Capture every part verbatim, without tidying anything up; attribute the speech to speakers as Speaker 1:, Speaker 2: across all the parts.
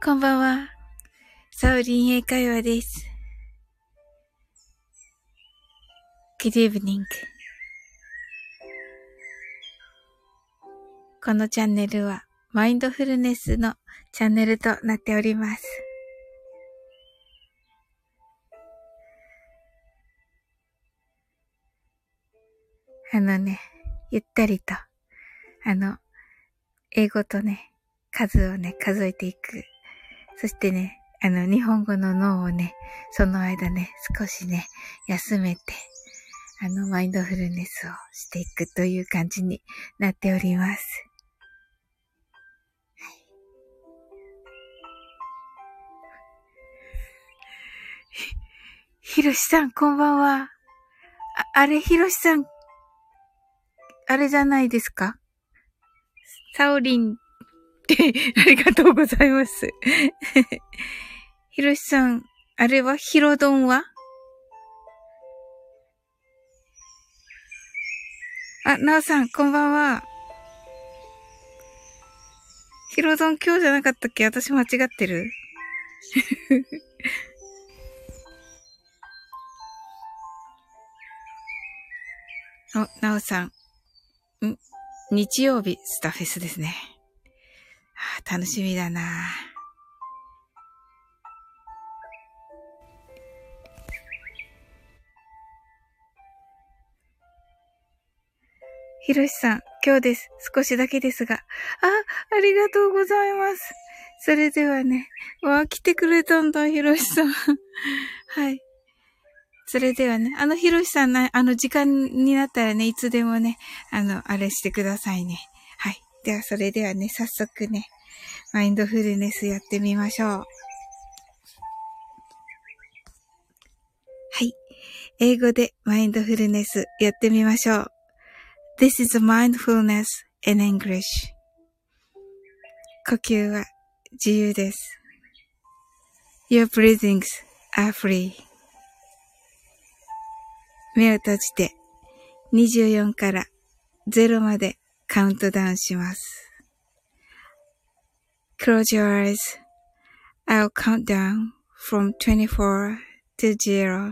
Speaker 1: こんばんは。サオリン英会話です。Good evening. このチャンネルはマインドフルネスのチャンネルとなっております。あのね、ゆったりと、あの、英語とね、数をね、数えていく。そしてね、あの、日本語の脳をね、その間ね、少しね、休めて、あの、マインドフルネスをしていくという感じになっております。ひろしさん、こんばんは。あ、あれ、ひろしさん、あれじゃないですか？サオリンって、ありがとうございます。ひろしさん、あれはヒロドンは？あ、なおさん、こんばんは。ヒロドン今日じゃなかったっけ？私間違ってる？お、なおさん。ん日曜日、スタフェスですね。はあ、楽しみだな。ひろしさん、今日です。少しだけですが。あ、ありがとうございます。それではね。わあ、来てくれたんだ、ひろしさん。はい。それではね、あのひろしさんな、あの時間になったらね、いつでもね、あの、あれしてくださいね。はい。では、それではね、早速ね、マインドフルネスやってみましょう。はい。英語でマインドフルネスやってみましょう。This is mindfulness in English. 呼吸は自由です。Your breathings are free. 目を閉じてにじゅうよんからゼロまでカウントダウンします。Close your eyes. I'll count down from twenty-four to zero.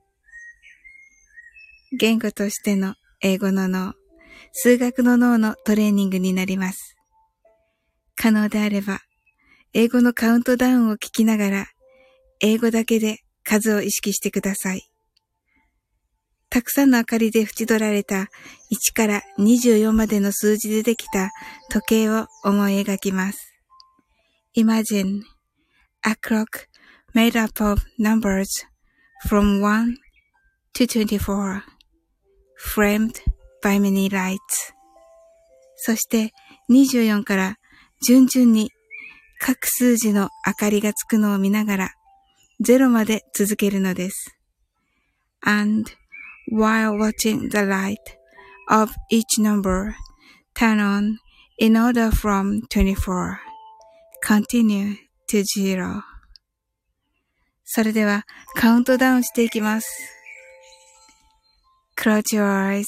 Speaker 1: 言語としての英語の脳、数学の脳のトレーニングになります。可能であれば、英語のカウントダウンを聞きながら、英語だけで数を意識してください。たくさんの明かりで縁取られたいちからにじゅうよんまでの数字でできた時計を思い描きます。Imagine a clock made up of numbers from one to twenty-four, framed by many lights. そしてにじゅうよんから順々に各数字の明かりがつくのを見ながらゼロまで続けるのです。And while watching the light of each number turn on in order from twenty-four, continue to zero. それではカウントダウンしていきます。Close your eyes.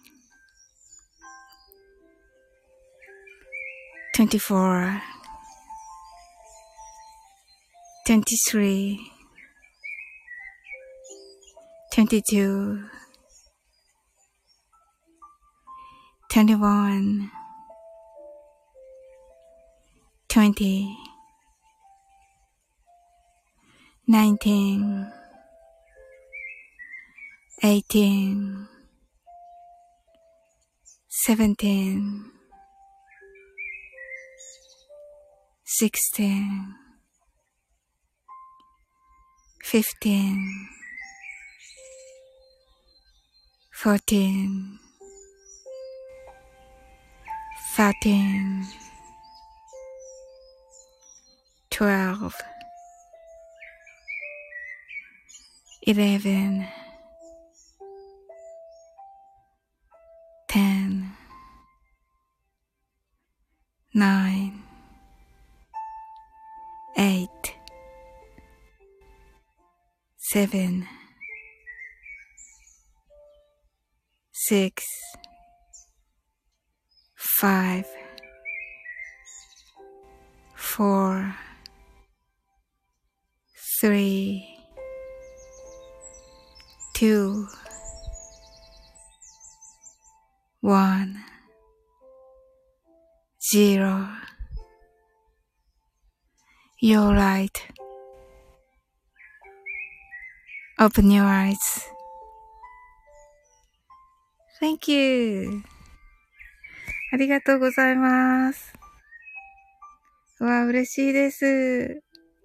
Speaker 1: twenty-four, twenty-three, twenty-two, twenty-one, twenty, nineteen, eighteen, seventeen, sixteen, fifteen, fourteen, thirteen, twelve, eleven, ten, nine, eight, seven, six, five, four, three, two, one, zero. You're right. Open your eyes. Thank you. ありがとうございます。うわ、嬉しいです。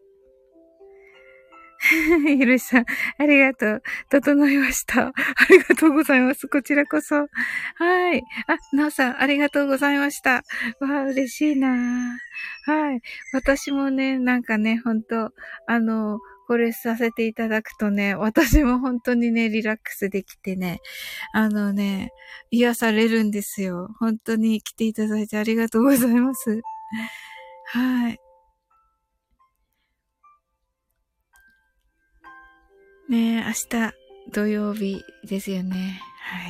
Speaker 1: ひろしさん、ありがとう。整いました。ありがとうございます。こちらこそ。はい。あ、なおさん、ありがとうございました。わあ、嬉しいな。はい。私もね、なんかね、ほんと、あの、これさせていただくとね、私も本当にね、リラックスできてね、あのね、癒されるんですよ。本当に来ていただいてありがとうございます。はい。ねえ、明日土曜日ですよね。はい。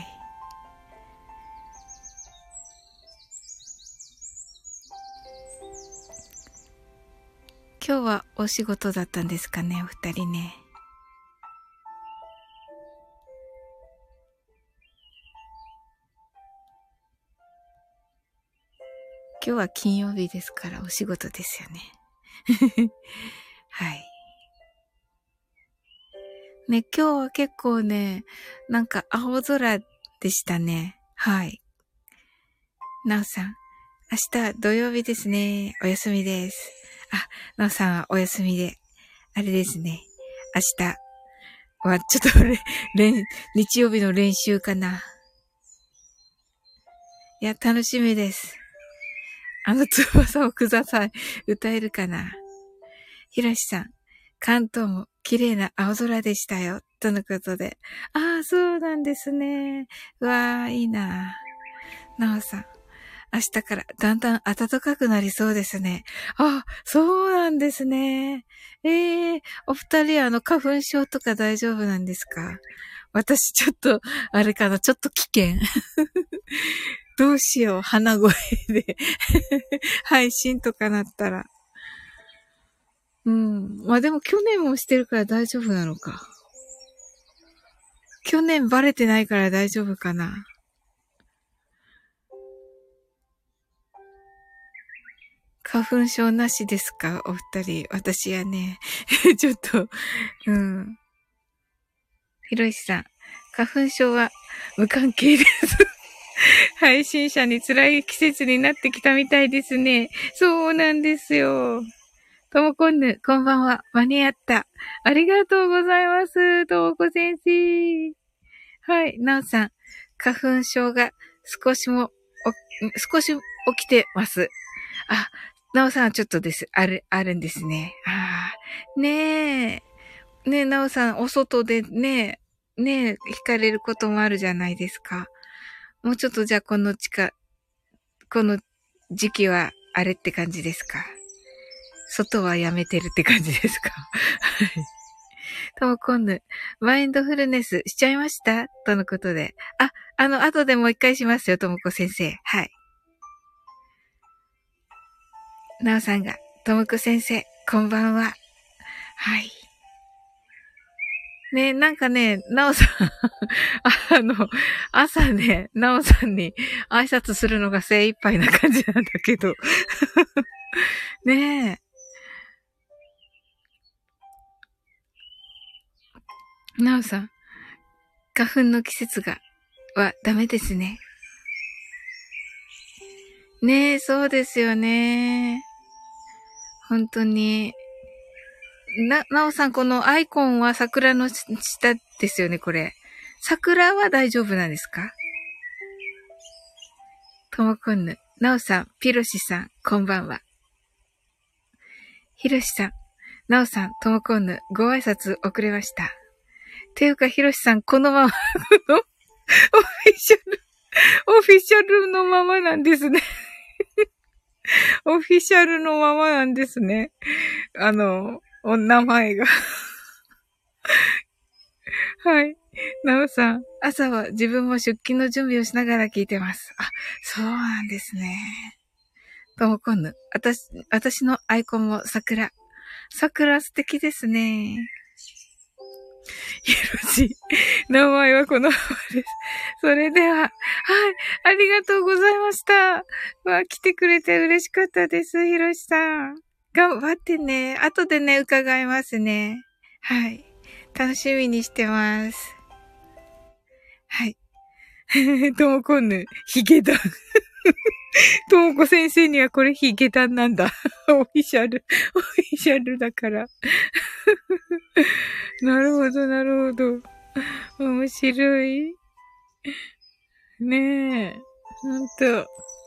Speaker 1: 今日はお仕事だったんですかね、お二人ね。今日は金曜日ですからお仕事ですよね。はい。ね、今日は結構ね、なんか青空でしたね。はい。なおさん、明日土曜日ですね。お休みです。あ、なおさんはお休みで、あれですね。明日はちょっと練、日曜日の練習かな。いや、楽しみです。あの翼をください。歌えるかな。ひろしさん、関東も綺麗な青空でしたよ。とのことで。ああ、そうなんですね。うわー、いいな。なおさん、明日からだんだん暖かくなりそうですね。あ、そうなんですね。ええー、お二人あの花粉症とか大丈夫なんですか？私ちょっと、あれかな、ちょっと危険。どうしよう、鼻声で配信とかなったら。うん。まあでも去年もしてるから大丈夫なのか。去年バレてないから大丈夫かな。花粉症なしですかお二人。私はね、ちょっと、うん。ひろしさん、花粉症は無関係です。配信者に辛い季節になってきたみたいですね。そうなんですよ。ともこんぬ、こんばんは。間に合った。ありがとうございます。ともこ先生。はい、なおさん。花粉症が少しも、少し起きてます。あ、なおさんはちょっとです。ある、あるんですね。ああ、ねえ。ねえ、なおさん、お外でね、ねえ、惹かれることもあるじゃないですか。もうちょっとじゃあこの近、この時期はあれって感じですか？外はやめてるって感じですか？はい。ともこんぬ、マインドフルネスしちゃいましたとのことで。あ、あの、後でもう一回しますよ、ともこ先生。はい。なおさんが、ともこ先生、こんばんは。はい。ね、なんかね、なおさん、あの、朝ね、なおさんに挨拶するのが精一杯な感じなんだけど。ねえ。なおさん、花粉の季節が、はダメですね。ねえ、そうですよね。本当に。な、なおさん、このアイコンは桜の下ですよね、これ。桜は大丈夫なんですか？ともこんぬ。なおさん、ピロシさん、こんばんは。ひろしさん、なおさん、ともこんぬ、ご挨拶遅れました。ていうか、ひろしさん、このままの、オフィシャル、オフィシャルのままなんですね。オフィシャルのままなんですね。あの、お名前が。はい。なおさん、朝は自分も出勤の準備をしながら聞いてます。あ、そうなんですね。ともこんぬ。私、私のアイコンも桜。 桜素敵ですね。ひろし、名前はこのままです。それでは、はい、ありがとうございました。わ、来てくれて嬉しかったです、ひろしさん。頑張ってね。後でね、伺いますね。はい。楽しみにしてます。はい。ともこんぬ、ヒゲダン。ともこ先生にはこれヒゲダンなんだ。オフィシャル。オフィシャルだから。なるほど、なるほど。面白い。ねえ。ほんと。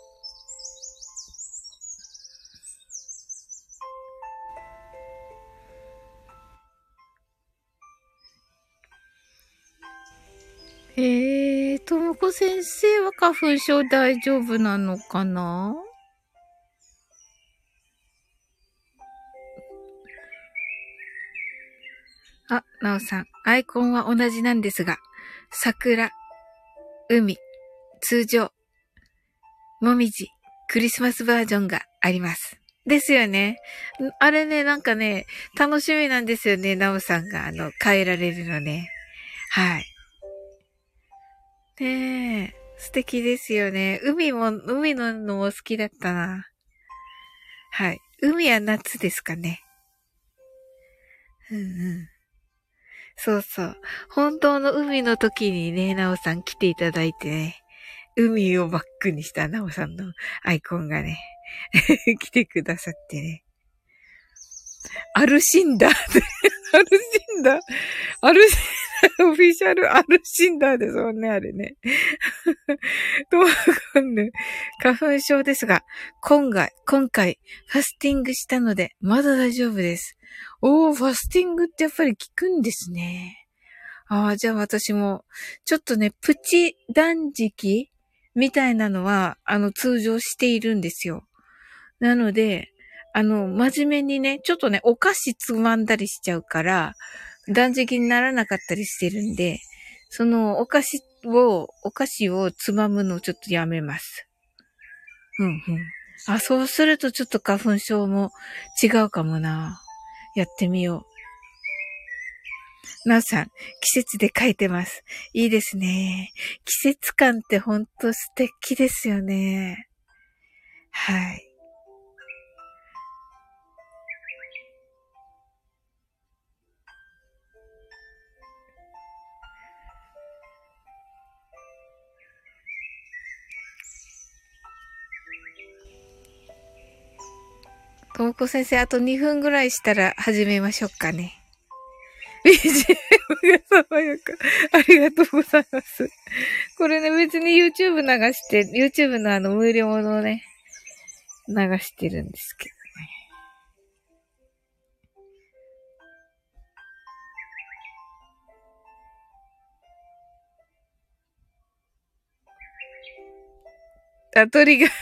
Speaker 1: えー、ともこ先生は花粉症大丈夫なのかな？あ、なおさん。アイコンは同じなんですが、桜、海、通常、もみじ、クリスマスバージョンがあります。ですよね。あれね、なんかね、楽しみなんですよね。なおさんが、あの、変えられるのね。はい。ねえ、素敵ですよね。海も、海ののも好きだったな。はい。海は夏ですかね。うんうん。そうそう。本当の海の時にね、なおさん来ていただいてね。海をバックにしたなおさんのアイコンがね、来てくださってね。アルシンダーって、アルシンダー、アルシンダー、オフィシャルアルシンダーですもんね、あれね。どうかね。花粉症ですが、今回、今回、ファスティングしたので、まだ大丈夫です。おー、ファスティングってやっぱり効くんですね。ああ、じゃあ私も、ちょっとね、プチ断食みたいなのは、あの、通常しているんですよ。なので、あの、真面目にね、ちょっとね、お菓子つまんだりしちゃうから、断食にならなかったりしてるんで、その、お菓子を、お菓子をつまむのをちょっとやめます。うんうん。あ、そうするとちょっと花粉症も違うかもな。やってみよう。なおさん、季節で書いてます。いいですね。季節感ってほんと素敵ですよね。はい。ともこ先生、あとにふんぐらいしたら始めましょうかね。ビージーエム が爽やか。ありがとうございます。これね、別に YouTube 流して、YouTube のあの無料のね、流してるんですけど。あ、鳥が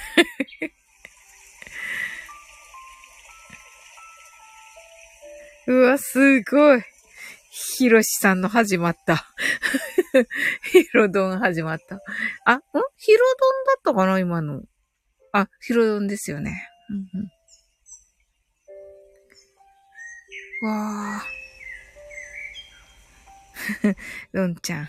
Speaker 1: うわ、すごい。ひろしさんの始まった。ヒロドン始まった。あ、んヒロドンだったかな今の。あ、ヒロドンですよね。うんうん、わー。ドンちゃん。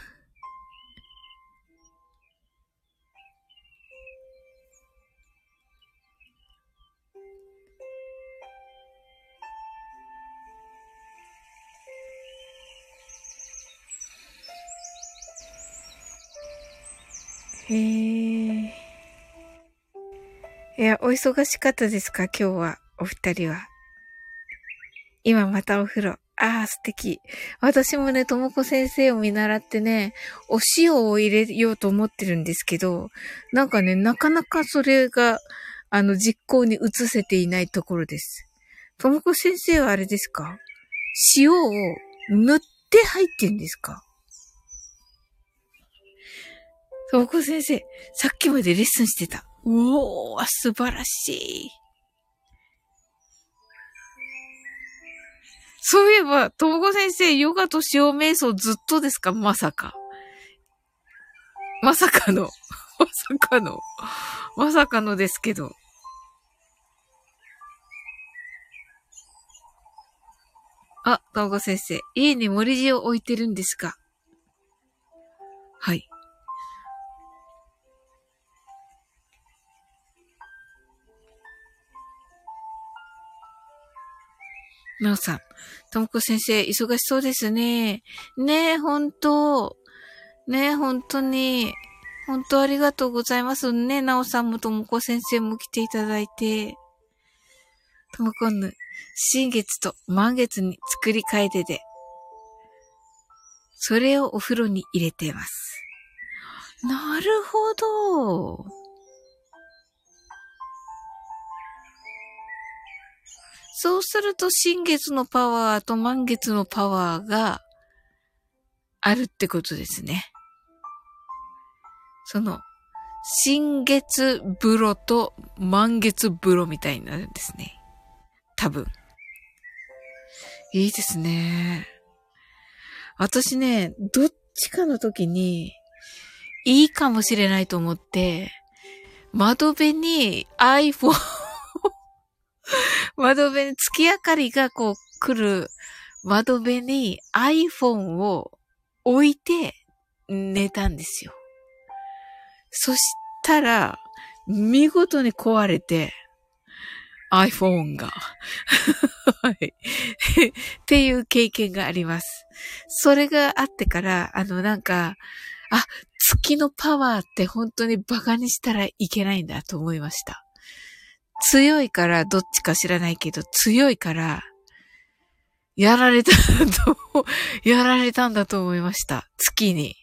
Speaker 1: へー。いや、お忙しかったですか今日は、お二人は。今またお風呂。ああ、素敵。私もね、ともこ先生を見習ってね、お塩を入れようと思ってるんですけど、なんかね、なかなかそれが、あの、実行に移せていないところです。ともこ先生はあれですか？塩を塗って入ってんですか？ともこ先生、さっきまでレッスンしてた。おー、素晴らしい。そういえば、ともこ先生、ヨガと塩瞑想ずっとですか？まさか。まさかの。まさかの。まさかのですけど。 あ、ともこ先生。家に盛り地を置いてるんですか？はい。なおさん。ともこ先生、忙しそうですね。ねえ、ほんと。ねえ、ほんとに。ほんとありがとうございますね。なおさんもともこ先生も来ていただいて。ともこんぬ。新月と満月に作り変えてで。それをお風呂に入れています。なるほど。そうすると新月のパワーと満月のパワーがあるってことですね。その、新月風呂と満月風呂みたいになるんですね。多分。いいですね。私ね、どっちかの時にいいかもしれないと思って、窓辺に iPhone 窓辺に月明かりがこう来る窓辺に iPhone を置いて寝たんですよ。そしたら、見事に壊れて、iPhone が。はい。っていう経験があります。それがあってから、あのなんか、あ、月のパワーって本当にバカにしたらいけないんだと思いました。強いから、どっちか知らないけど、強いから、やられたんだと、やられたんだと思いました。月に。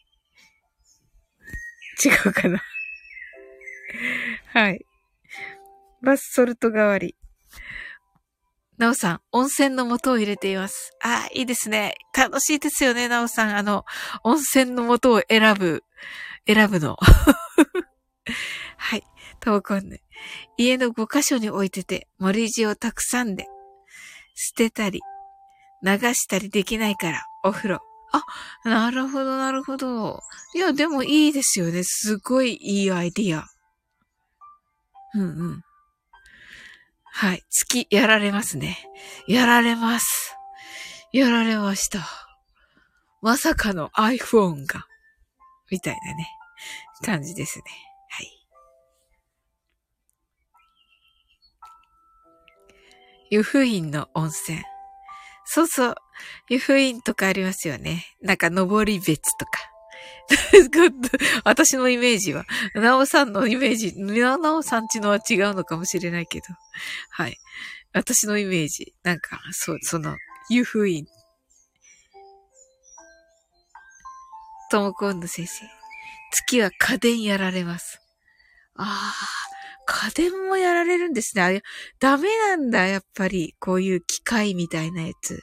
Speaker 1: 違うかな。はい。バスソルト代わり。なおさん、温泉の素を入れています。ああ、いいですね。楽しいですよね、なおさん。あの、温泉の素を選ぶ、選ぶの。はい。ともこんね。家のごかしょに置いてて、盛り地をたくさんで、捨てたり、流したりできないから、お風呂。あ、なるほど、なるほど。いや、でもいいですよね。すごいいいアイディア。うんうん。はい。月、やられますね。やられます。やられました。まさかの iPhone が、みたいなね、感じですね。はい。湯布院の温泉。そうそう。湯布院とかありますよね。なんか、登り別とか。私のイメージは、なおさんのイメージ、なおさんちのは違うのかもしれないけど。はい。私のイメージ。なんか、そう、その、湯布院。ともこんの先生。月は家電やられます。ああ、家電もやられるんですね。あれ、ダメなんだ、やっぱり。こういう機械みたいなやつ。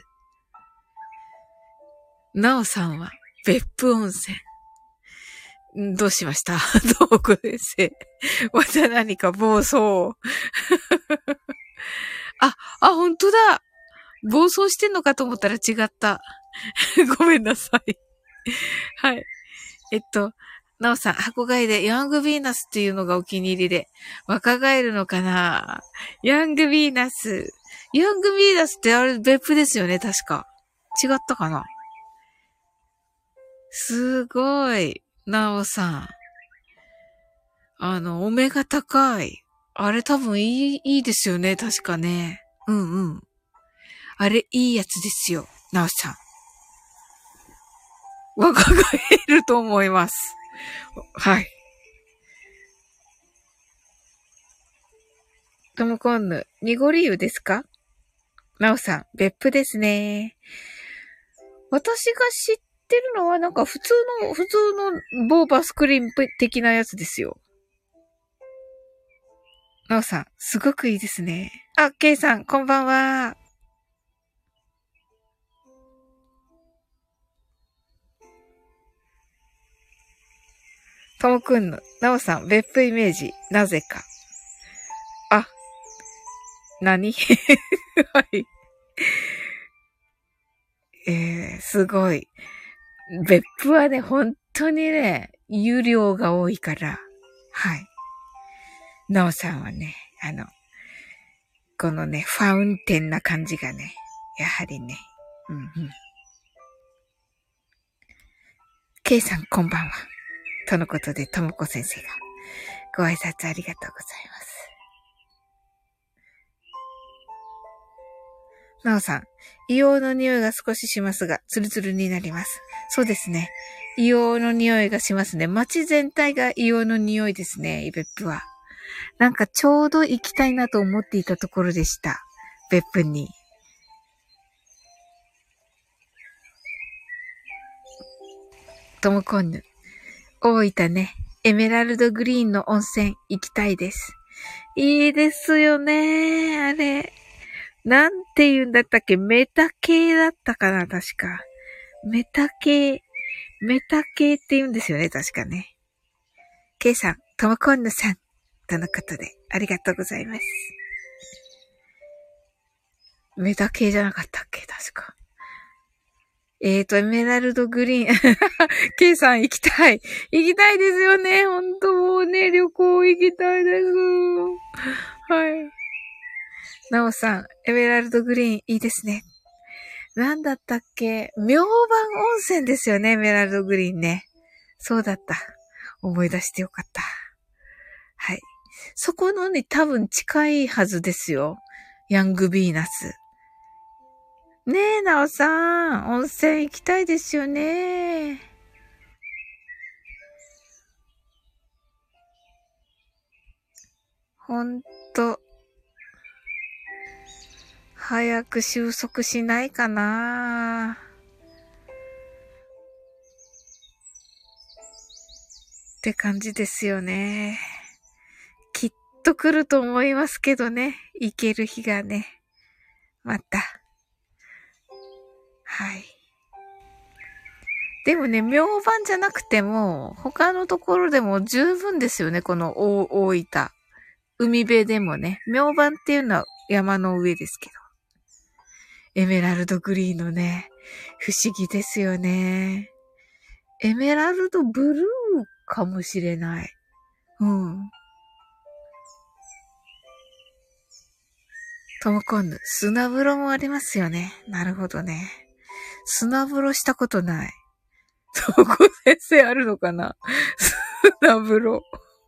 Speaker 1: なおさんは、別府温泉。どうしましたどうこ先生。また何か暴走。あ、あ、ほんとだ。暴走してんのかと思ったら違った。ごめんなさい。はい。えっと、なおさん、箱買いでヤングヴィーナスっていうのがお気に入りで、若返るのかな？ヤングヴィーナス。ヤングヴィーナスってあれ別府ですよね、確か。違ったかな？すごい。なおさん。あの、お目が高い。あれ多分いい、いいですよね、確かね。うんうん。あれいいやつですよ、なおさん。若返ると思います。はい。ともこんぬ、濁り湯ですか？なおさん、別府ですね。私が知ってるのはなんか普通の、普通のボーバスクリーム的なやつですよ。なおさん、すごくいいですね。あ、ケイさん、こんばんは。ともくんの、なおさん、別府イメージ、なぜか。あ、何はい。えー、すごい。別府はね、本当にね、有料が多いから、はい。なおさんはね、あの、このね、ファウンテンな感じがね、やはりね、 うんうん。K さんこんばんは。とのことで、ともこ先生がご挨拶ありがとうございます。なおさん、硫黄の匂いが少ししますが、ツルツルになります。そうですね。硫黄の匂いがしますね。街全体が硫黄の匂いですね、イベップは。なんかちょうど行きたいなと思っていたところでした。別府に。ともこんぬ。大分ね。エメラルドグリーンの温泉行きたいです。いいですよね。あれ。なんて言うんだったっけ？メタ系だったかな確か。メタ系。メタ系って言うんですよね確かね。K さん、ともこんぬさん。とのことで、ありがとうございます。メタ系じゃなかったっけ確か。えーと、エメラルドグリーン。K さん行きたい。行きたいですよね。ほんともうね、旅行行きたいです。はい。なおさん、エメラルドグリーンいいですね。なんだったっけ？明晩温泉ですよね、エメラルドグリーンね。そうだった。思い出してよかった。はい。そこのに多分近いはずですよ。ヤングビーナス。ねえ、なおさん、温泉行きたいですよね。ほんと、早く収束しないかなって感じですよね。きっと来ると思いますけどね。行ける日がね。また。はい。でもね、明晩じゃなくても、他のところでも十分ですよね、この大分。海辺でもね、明晩っていうのは山の上ですけど。エメラルドグリーンのね、不思議ですよね。エメラルドブルーかもしれない。うん。トモコンヌ、砂風呂もありますよね。なるほどね。砂風呂したことない。トモコ先生あるのかな？砂風呂。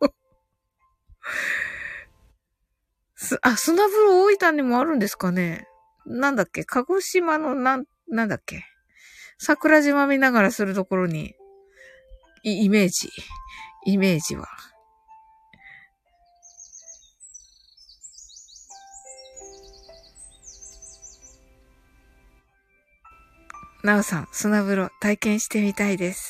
Speaker 1: す、あ、砂風呂大分にもあるんですかね？なんだっけ？鹿児島のなん、なんだっけ？桜島見ながらするところに、イイメージ。イメージは。なおさん、砂風呂体験してみたいです。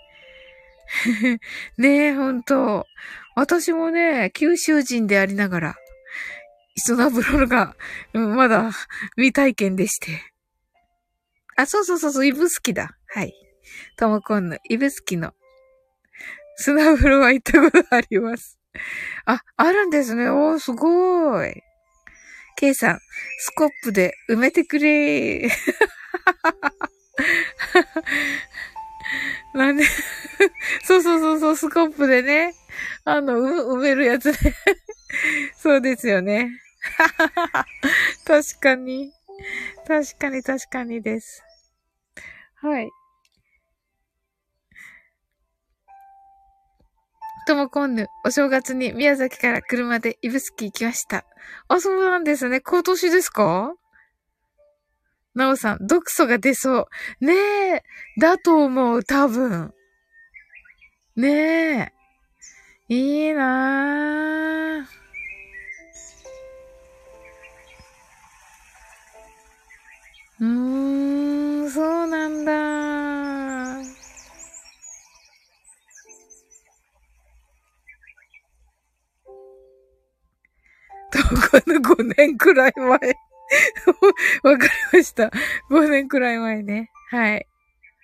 Speaker 1: ねえ、ほんと。私もね、九州人でありながら、砂風呂が、うん、まだ未体験でして。あ、そうそうそうそう、イブスキだ。はい。ともこんぬ、イブスキの砂風呂は行ったことあります。あ、あるんですね。おー、すごーい。ケイさん、スコップで埋めてくれー。なんでそうそうそうそう、スコップでね。あの、う埋めるやつね。そうですよね。確かに。確かに確かにです。はい。ともこんぬ、お正月に宮崎から車で指宿行きました。あ、そうなんですね。今年ですか？なおさん、毒素が出そう。ねえ、だと思う、多分。ねえ、いいなぁ。うーん、そうなんだ。とこのごねんくらい前。わかりました。ごねんくらい前ね。はい。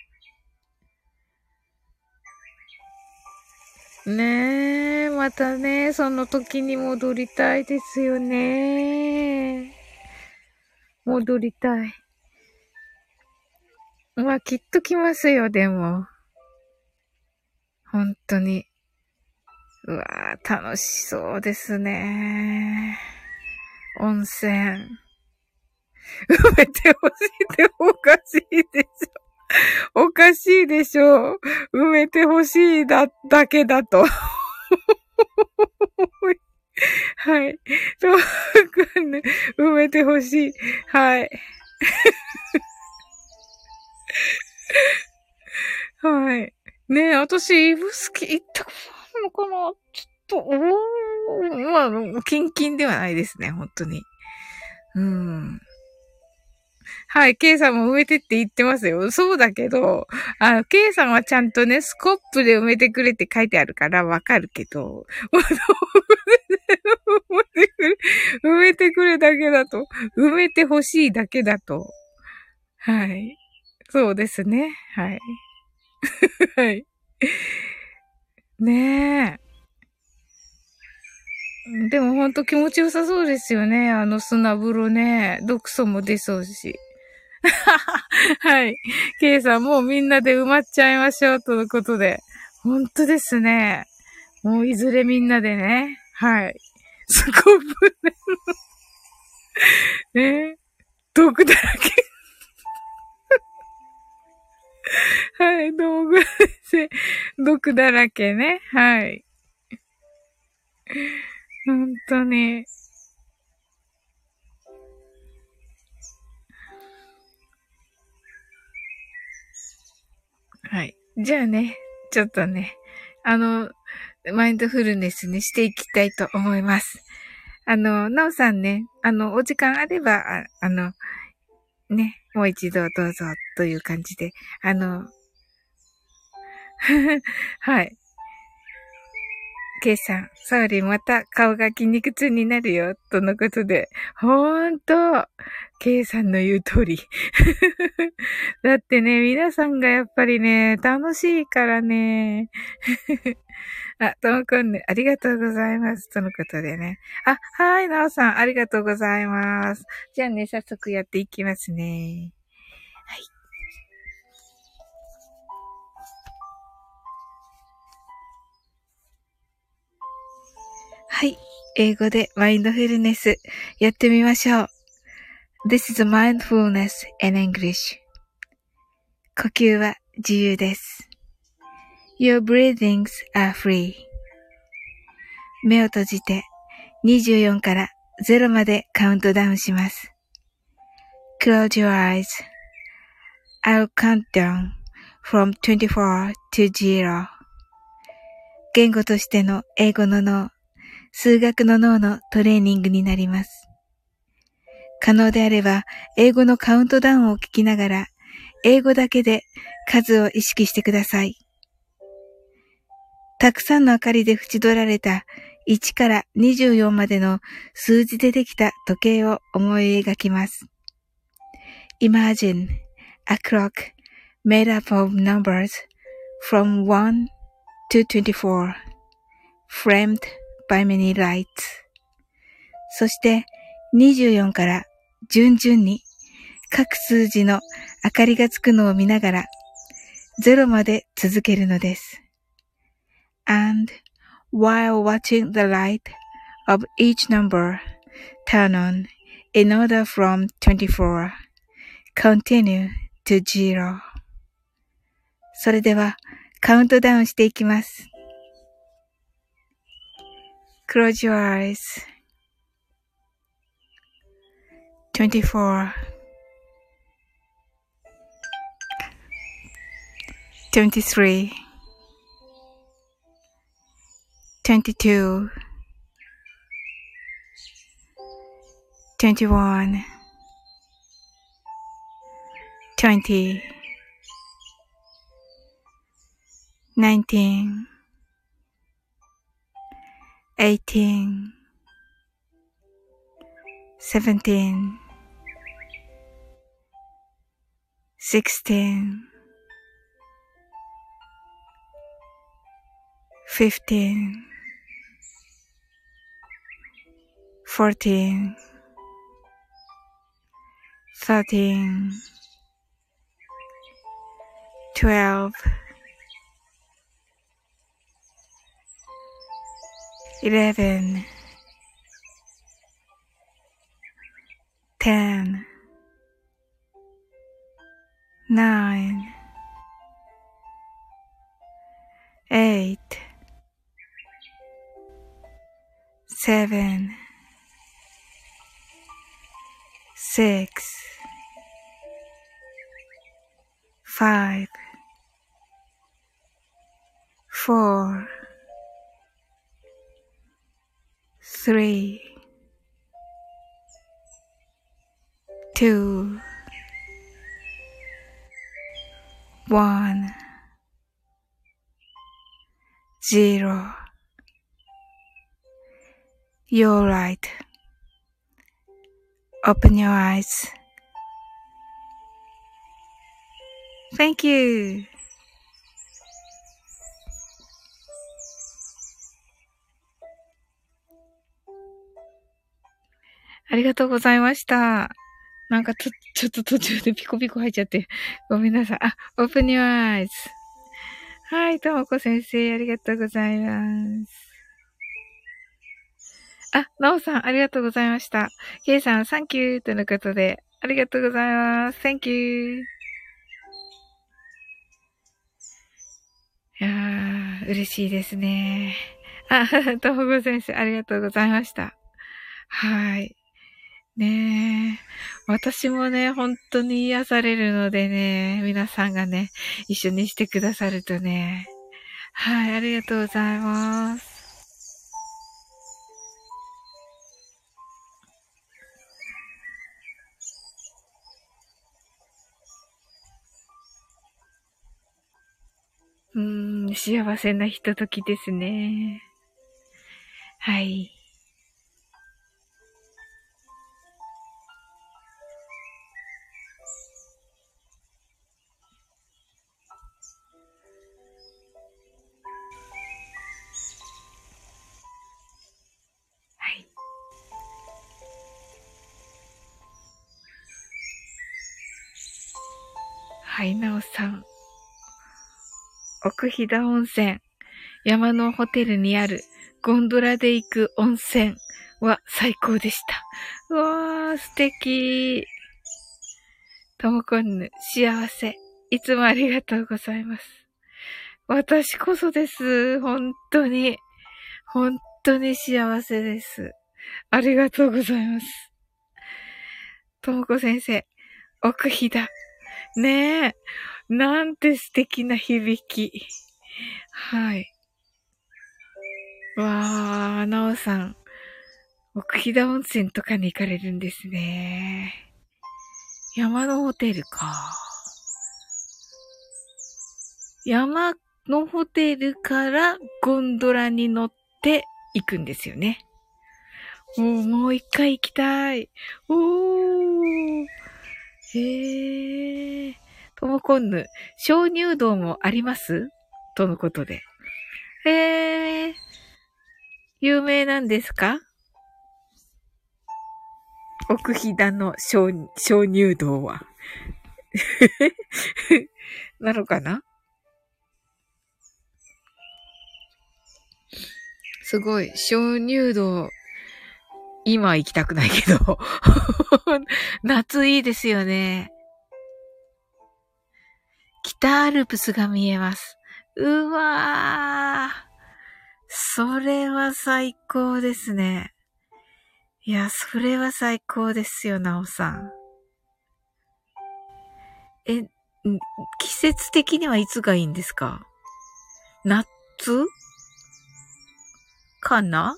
Speaker 1: ねえ、またね、その時に戻りたいですよね。戻りたい。まあ、きっと来ますよ、でも。本当に。うわぁ、楽しそうですね。温泉。 埋めてほしいっておかしいでしょ。おかしいでしょう。埋めてほしいだ、だけだと。はい。そう、ね、埋めてほしい。はい。はい。ねえ、私、イブスキ行ったことあるのかなちょっと、おー、まあ、キンキンではないですね、本当に。うん。はい、ケイさんも埋めてって言ってますよ。そうだけど、あの、ケイさんはちゃんとね、スコップで埋めてくれって書いてあるからわかるけど、埋めてくれ、埋めてくれだけだと、埋めてほしいだけだと。はい。そうですね。はい。はい。ねえ。でもほんと気持ちよさそうですよね。あの砂風呂ね。毒素も出そうし。はい。ケイさん、もうみんなで埋まっちゃいましょう、とのことで。ほんとですね。もういずれみんなでね。はい。すごくね。ね。毒だらけ。はい。道具で、毒だらけね。はい。ほんとに。はい。じゃあね、ちょっとね、あの、マインドフルネスにしていきたいと思います。あの、なおさんね、あの、お時間あれば、ああの、ね、もう一度どうぞという感じで、あの、はい。ケイさん、サウリンまた顔が筋肉痛になるよ、とのことで。ほーんと、ケイさんの言う通り。だってね、皆さんがやっぱりね、楽しいからね。あ、ともくんね、ありがとうございます。とのことでね。あ、はい、なおさん、ありがとうございます。じゃあね、早速やっていきますね。はい。はい。英語でマインドフルネスやってみましょう。This is mindfulness in English. 呼吸は自由です。Your breathings are free. 目を閉じてにじゅうよんからゼロまでカウントダウンします。Close your eyes. I'll count down from twenty-four to zero. 言語としての英語の脳、数学の脳のトレーニングになります。可能であれば、英語のカウントダウンを聞きながら、英語だけで数を意識してください。たくさんの明かりで縁取られたいちからにじゅうよんまでの数字でできた時計を思い描きます。Imagine a clock made up of numbers from one to twenty-four, framed by many lights. そしてにじゅうよんから順々に各数字の明かりがつくのを見ながらゼロまで続けるのです。And while watching the light of each number turn on in order from twenty-four, continue to zero. それではカウントダウンしていきます。Close your eyes. twenty-four, twenty-three, twenty-two, twenty-one, twenty, nineteen, eighteen, seventeen, sixteen, fifteen, fourteen, thirteen, twelve, eleven, ten, nine, eight, seven, six, five, four, three, two, one, zero. You're right. Open your eyes. Thank you. ありがとうございました。なんかと、ちょっと途中でピコピコ入っちゃって。ごめんなさい。あ、Open your eyes. はい、ともこ先生、ありがとうございます。あ、なおさん、ありがとうございました。ケイさん、サンキューとのことで、ありがとうございます。Thank you. いやー、嬉しいですね。あ、ともこ先生、ありがとうございました。はい。ねえ。私もね、本当に癒されるのでね、皆さんがね、一緒にしてくださるとね。はい、ありがとうございます。うーん、幸せなひとときですね。はい。はい。はい、なおさん。奥飛騨温泉。山のホテルにあるゴンドラで行く温泉は最高でした。うわー、素敵。ともこんぬ、幸せ。いつもありがとうございます。私こそです。本当に。本当に幸せです。ありがとうございます。ともこ先生、奥飛騨。ねえ。なんて素敵な響き。はい。わー、なおさん。奥飛騨温泉とかに行かれるんですね。山のホテルか。山のホテルからゴンドラに乗って行くんですよね。おー、もう一回行きたい。おー。へー。ともこんぬ、鍾乳洞もありますとのことで。へー。有名なんですか？奥飛騨の鍾乳洞は。なのかな？すごい。鍾乳洞、今行きたくないけど。夏いいですよね。北アルプスが見えます。うわー。それは最高ですね。いや、それは最高ですよ、なおさん。え、季節的にはいつがいいんですか？夏かな？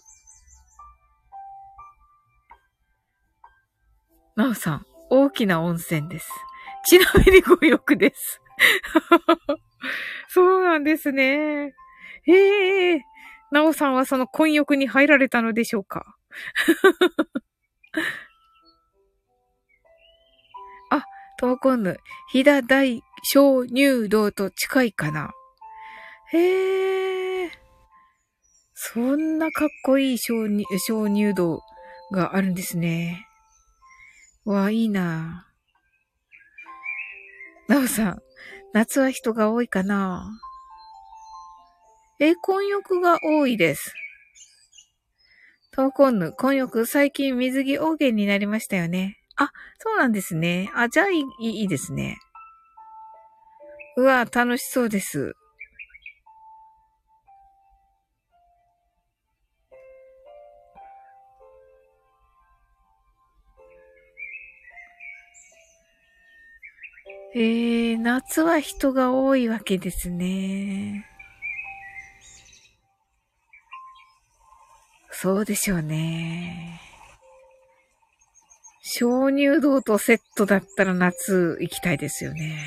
Speaker 1: なおさん、大きな温泉です。ちなみにご浴です。そうなんですね。ええー。なおさんはその混浴に入られたのでしょうか？あ、ともこんぬ、飛騨大鍾乳洞と近いかな？へえ。そんなかっこいい鍾乳、鍾乳洞があるんですね。わあ、いいな。なおさん、夏は人が多いかな？え、混浴が多いです。トーコンヌ、混浴、最近水着オーゲンになりましたよね。あ、そうなんですね。あ、じゃあいい、いいですね。 うわ、楽しそうです。えー、夏は人が多いわけですね。そうでしょうね。鍾乳洞とセットだったら夏行きたいですよね。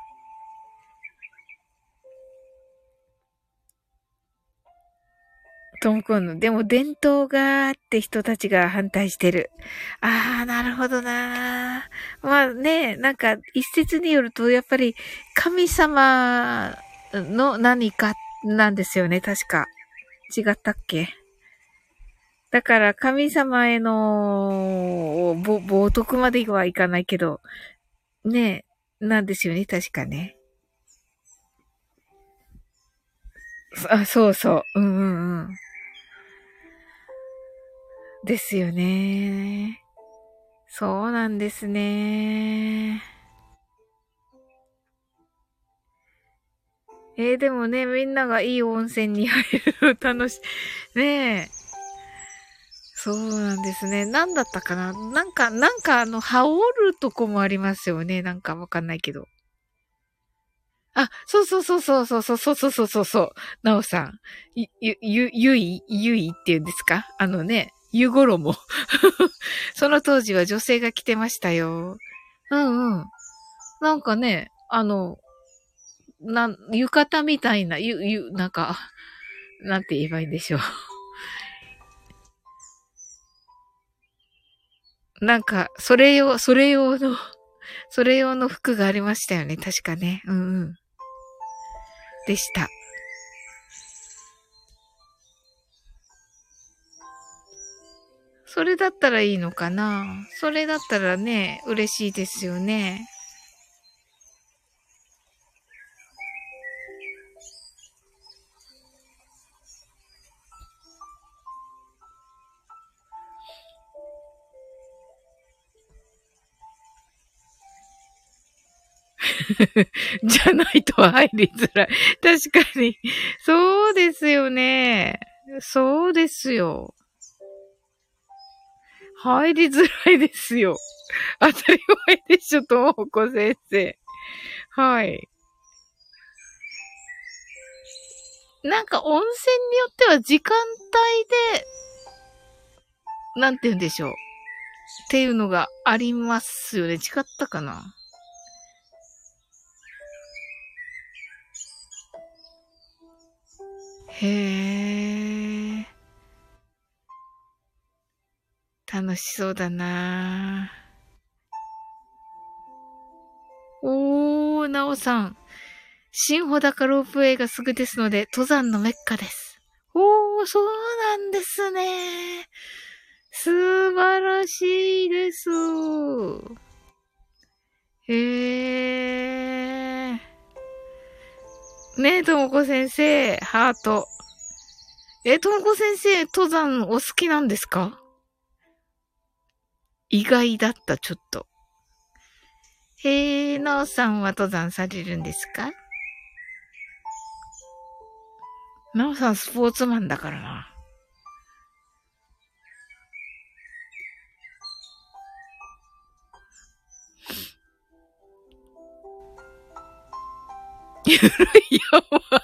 Speaker 1: トムコンの、でも伝統があって人たちが反対してる。ああ、なるほどな。まあね、なんか一説によると、やっぱり神様の何かなんですよね、確か。違ったっけ？だから神様へのぼ冒涜まではいかないけど、ね、なんですよね、確かね。あ、そうそう。うんうんうん。ですよね。そうなんですね。えー、でもね、みんながいい温泉に入るの楽しい。ねえ。そうなんですね。なんだったかななんか、なんかあの、羽織るとこもありますよね。なんかわかんないけど。あ、そうそうそうそうそうそうそうそうそうそう。なおさん。ゆ、ゆ、ゆ、ゆいゆいっていうんですか？あのね、湯衣。その当時は女性が着てましたよ。うんうん。なんかね、あの、な、浴衣みたいな、ゆ、ゆ、なんか、なんて言えばいいんでしょう。なんか、それ用、それ用の、それ用の服がありましたよね。確かね。うんうん。でした。それだったらいいのかな？それだったらね、嬉しいですよね。じゃないと入りづらい。確かに。そうですよね。そうですよ。入りづらいですよ。当たり前でしょ、ともこ先生。はい。なんか温泉によっては時間帯で、なんて言うんでしょう。っていうのがありますよね。違ったかな？へー。楽しそうだなぁ。おー、なおさん。新穂高ロープウェイがすぐですので、登山のメッカです。おー、そうなんですね。素晴らしいです。へー。ねえ、ともこ先生、ハート。え、ともこ先生、登山お好きなんですか？意外だった、ちょっと。へえ、なおさんは登山されるんですか？なおさんスポーツマンだからな。ゆるい山。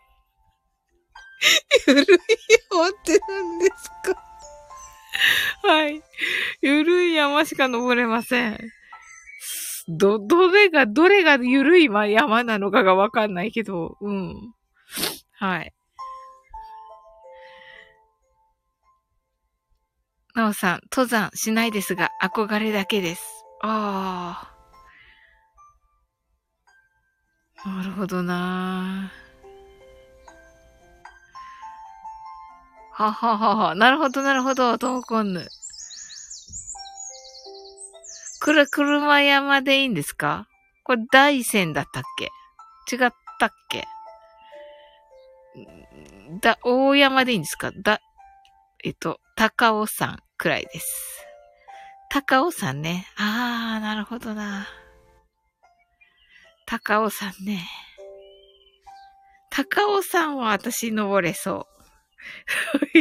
Speaker 1: ゆるい山って何ですか？はい。ゆるい山しか登れません。ど、どれが、どれがゆるい山なのかがわかんないけど、うん。はい。なおさん、登山しないですが、憧れだけです。ああ、なるほどなはははは。なるほど、なるほど。トモコンヌ。くる、車山でいいんですか？これ大山だったっけ？違ったっけ？だ、大山でいいんですか？だ、えっと、高尾山くらいです。高尾山ね。あー、なるほどな。 高尾さんね。高尾さんは私登れそう。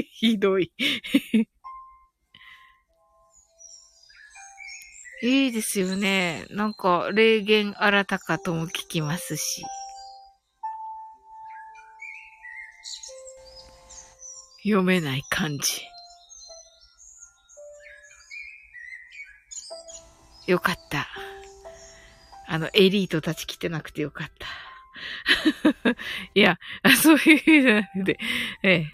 Speaker 1: ひどい。いいですよね。なんか、霊言新たかとも聞きますし。読めない漢字。よかった。あの、エリートたち来てなくてよかった。いや、そういう意味じゃなくて、ええ。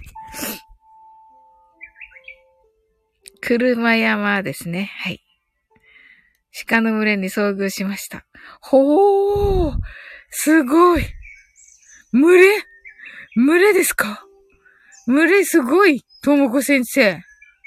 Speaker 1: 車山ですね。はい。鹿の群れに遭遇しました。ほー、すごい。群れ群れですか？群れすごい、ともこ先生。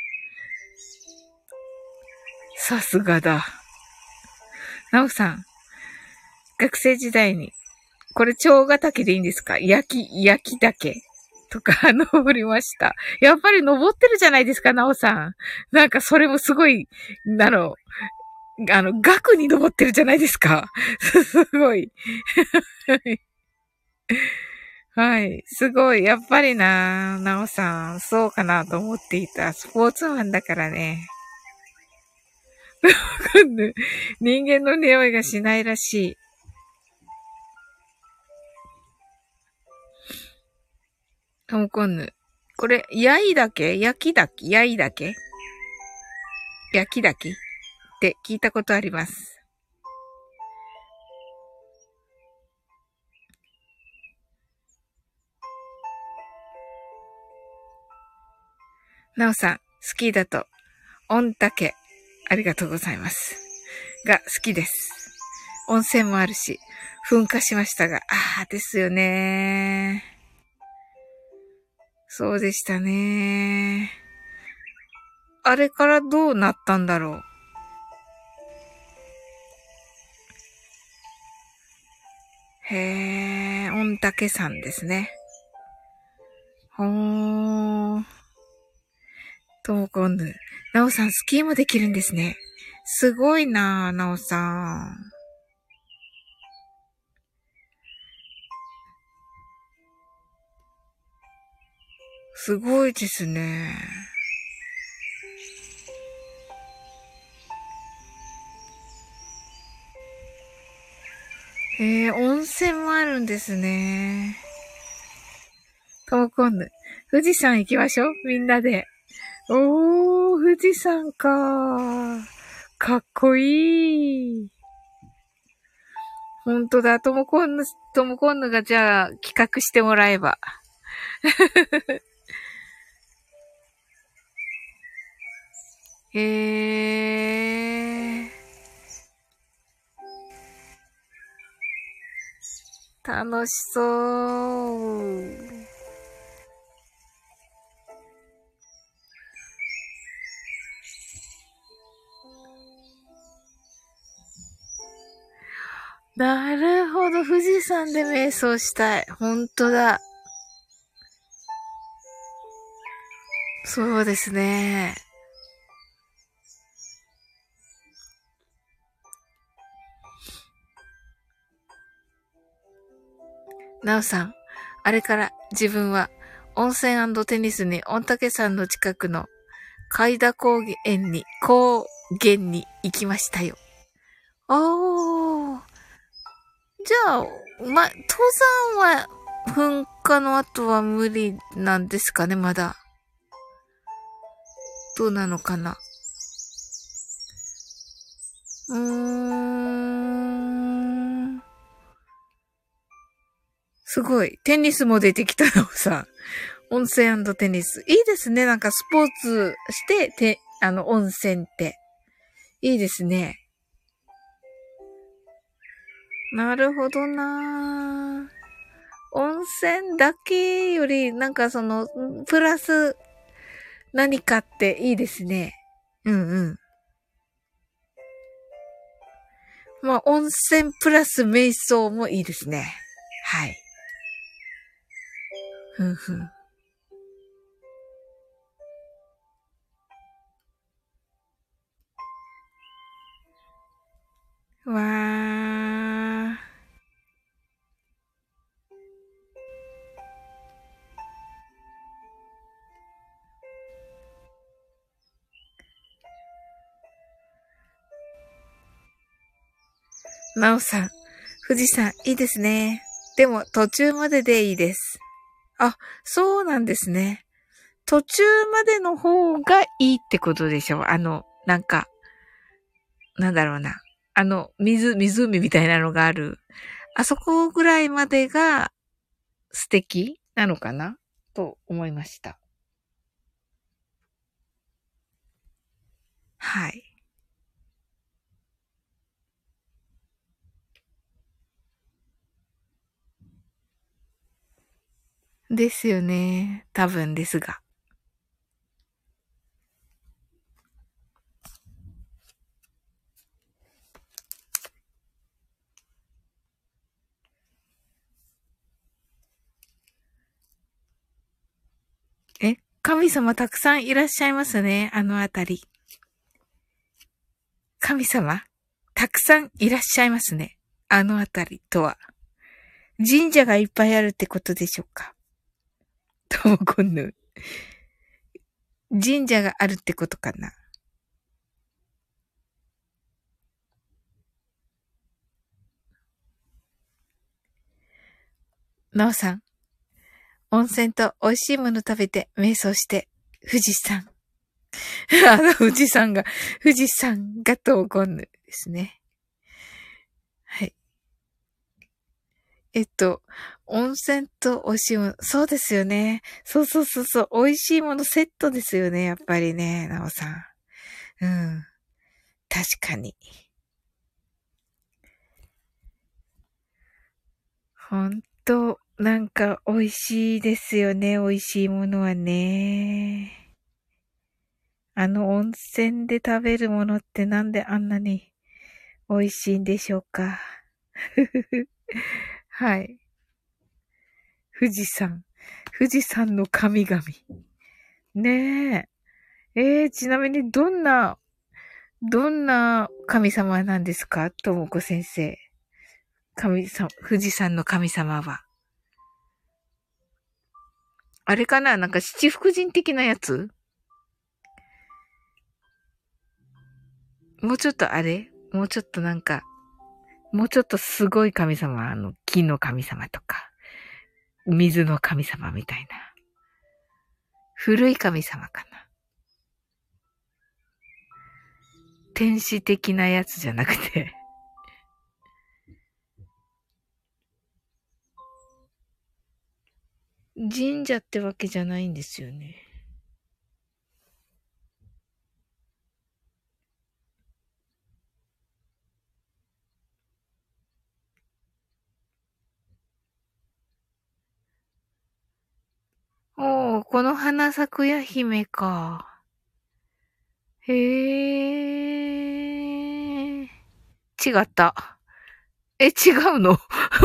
Speaker 1: さすがだ。なおさん、学生時代に、これ蝶ヶ岳でいいんですか？焼き、焼き岳とか登りました。やっぱり登ってるじゃないですか、なおさん。なんかそれもすごい、あの、あの、額に登ってるじゃないですか。すごい。はい。すごい。やっぱりな、なおさん、そうかなと思っていた。スポーツマンだからね。人間の匂いがしないらしい。トムコンヌ。これ、やいだけ焼きだけやいだけ焼きだけって聞いたことあります。なおさん、スキーだと、御嶽、ありがとうございます。が好きです。温泉もあるし、噴火しましたが、ああ、ですよね。そうでしたね。あれからどうなったんだろう。へえ、御嶽山ですね。ほー。ともこんぬ。なおさん、スキーもできるんですね。すごいなぁ、なおさん。すごいですね。へえ、温泉もあるんですね。ともこんぬ。富士山行きましょう。みんなで。おー、富士山か。かっこいい。ほんとだ。ともこんぬ、ともこんぬがじゃあ企画してもらえば。へー。楽しそう。なるほど。富士山で瞑想したい。ほんとだ。そうですね。なおさん。あれから自分は温泉テニスに御嶽山の近くの海田高原に、高原に行きましたよ。おー。じゃあ、ま、登山は噴火の後は無理なんですかね、まだ。どうなのかな。うーん。すごい。テニスも出てきたのさ。温泉テニス。いいですね。なんかスポーツして、て、あの、温泉って。いいですね。なるほどなぁ。温泉だけより、なんかその、プラス何かっていいですね。うんうん。まあ、温泉プラス瞑想もいいですね。はい。ふんふん。わー。 なおさん、富士山、いいですね。でも、途中まででいいです。あ、そうなんですね。途中までの方がいいってことでしょう。あの、なんか、なんだろうな。あの、水、湖みたいなのがある。あそこぐらいまでが素敵なのかなと思いました。はい。ですよね。多分ですが。え、神様たくさんいらっしゃいますね。あのあたり。神様たくさんいらっしゃいますね。あのあたりとは。神社がいっぱいあるってことでしょうか。ともこんぬ。神社があるってことかな。なおさん、温泉と美味しいもの食べて瞑想して、富士山。あの、富士山が、富士山がともこんぬですね。はい。えっと、温泉と美味しいもの、そうですよね。そうそうそうそう、美味しいものセットですよね、やっぱりね、なおさん。うん。確かに。ほんと、なんか美味しいですよね、美味しいものはね。あの温泉で食べるものってなんであんなに美味しいんでしょうか。はい。富士山。富士山の神々。ねえ。えー、ちなみにどんな、どんな神様なんですかともこ先生。神様、富士山の神様は。あれかななんか七福神的なやつもうちょっとあれもうちょっとなんか、もうちょっとすごい神様、あの、木の神様とか、水の神様みたいな。古い神様かな。天使的なやつじゃなくて。神社ってわけじゃないんですよね。おー、この花咲くや姫か。へー。違った。え、違うの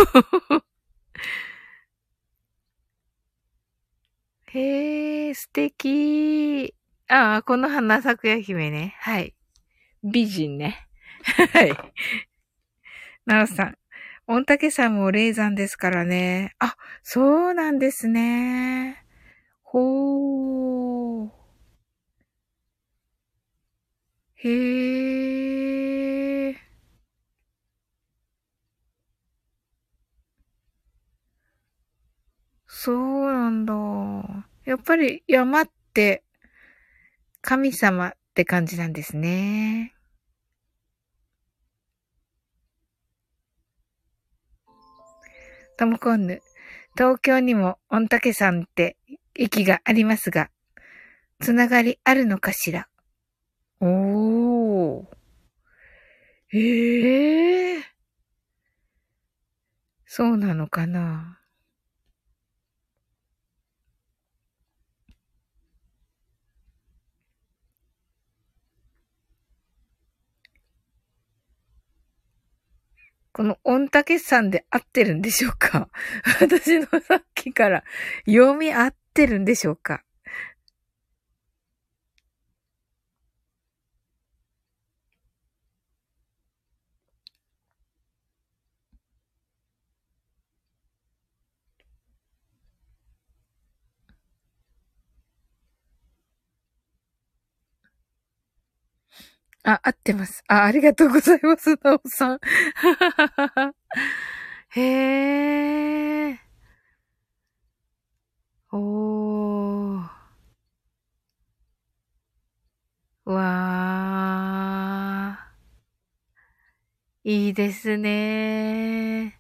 Speaker 1: へー、素敵。ああ、この花咲くや姫ね。はい。美人ね。はい。なおさん。御嶽山も霊山ですからね。あ、そうなんですね。ほー。へー。そうなんだ。やっぱり山って神様って感じなんですね。ともこんぬ。東京にも御嶽山って駅がありますが、つながりあるのかしら。おー。ええー、そうなのかな。この御嶽山で合ってるんでしょうか。私のさっきから読み合ってるんでしょうか。 あ、合ってます。あ、ありがとうございます、なおさん。へー。おー。わー。いいですね。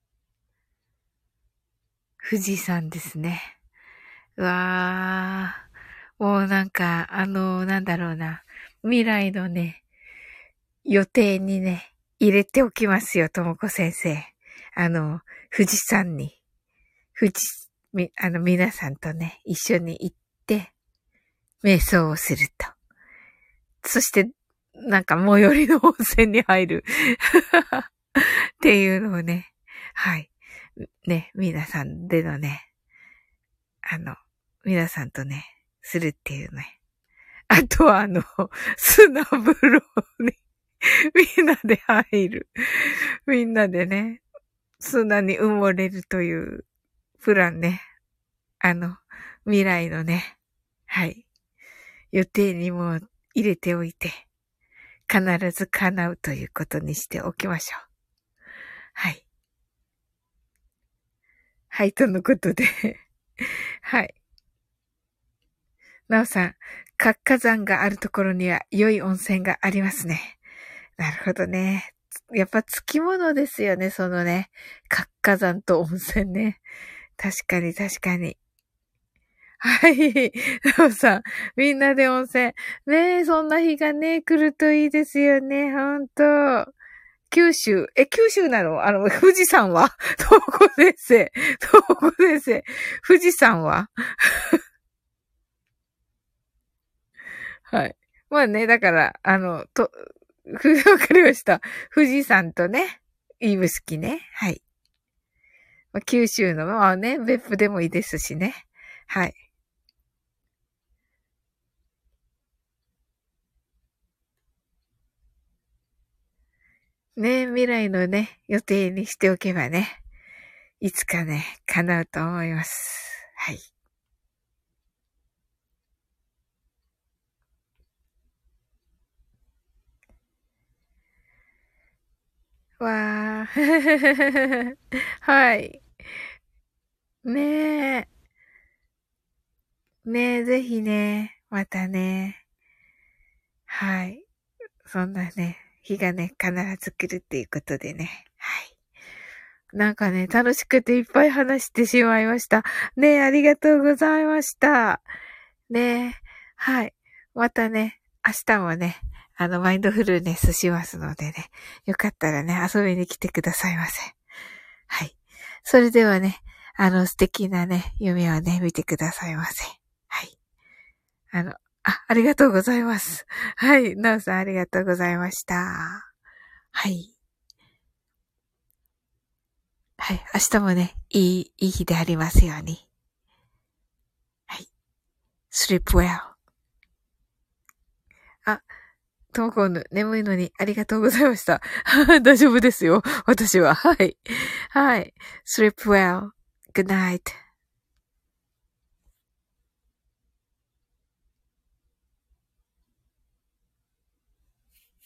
Speaker 1: 富士山ですね。うわー。もうなんか、あの、なんだろうな。未来のね、予定にね、入れておきますよ、ともこ先生。あの、富士山に。富士、み、あの、皆さんとね、一緒に行って、瞑想をすると。そして、なんか最寄りの温泉に入る。っていうのをね、はい。ね、皆さんでのね、あの、皆さんとね、するっていうね。あとはあの、砂風呂にみんなで入る。みんなでね、砂に埋もれるというプランね。あの、未来のね、はい。予定にも入れておいて、必ず叶うということにしておきましょう。はい。はい、とのことで。はい。なおさん、活火山があるところには良い温泉がありますね。なるほどね。やっぱつきものですよね、そのね。活火山と温泉ね。確かに確かに。はい。なおさん、みんなで温泉。ねえ、そんな日がね、来るといいですよね、ほんと。九州、え、九州なのあの、富士山は東子先生、東子先生、富士山ははい。まあね、だから、あの、と、ふ、わかりました。富士山とね、指宿ね。はい。まあ、九州の、まあね、別府でもいいですしね。はい。ね、未来のね、予定にしておけばね、いつかね、叶うと思います。はい。わー。はい。ねえ。ねえ、ぜひね、またね。はい。そんなね、日がね、必ず来るっていうことでね。はい。なんかね、楽しくていっぱい話してしまいました。ねえ、ありがとうございました。ねえ、はい。またね、明日もね、あの、マインドフルネスしますのでね、よかったらね、遊びに来てくださいませ。はい。それではね、あの、素敵なね、夢をね、見てくださいませ。はい。あの、あ、ありがとうございます。はい。なおさんありがとうございました。はい。はい。明日もね、いい、いい日でありますように。はい。sleep well. あ、ともこんぬ、眠いのにありがとうございました。大丈夫ですよ。私は。はい。はい。sleep well. Good night.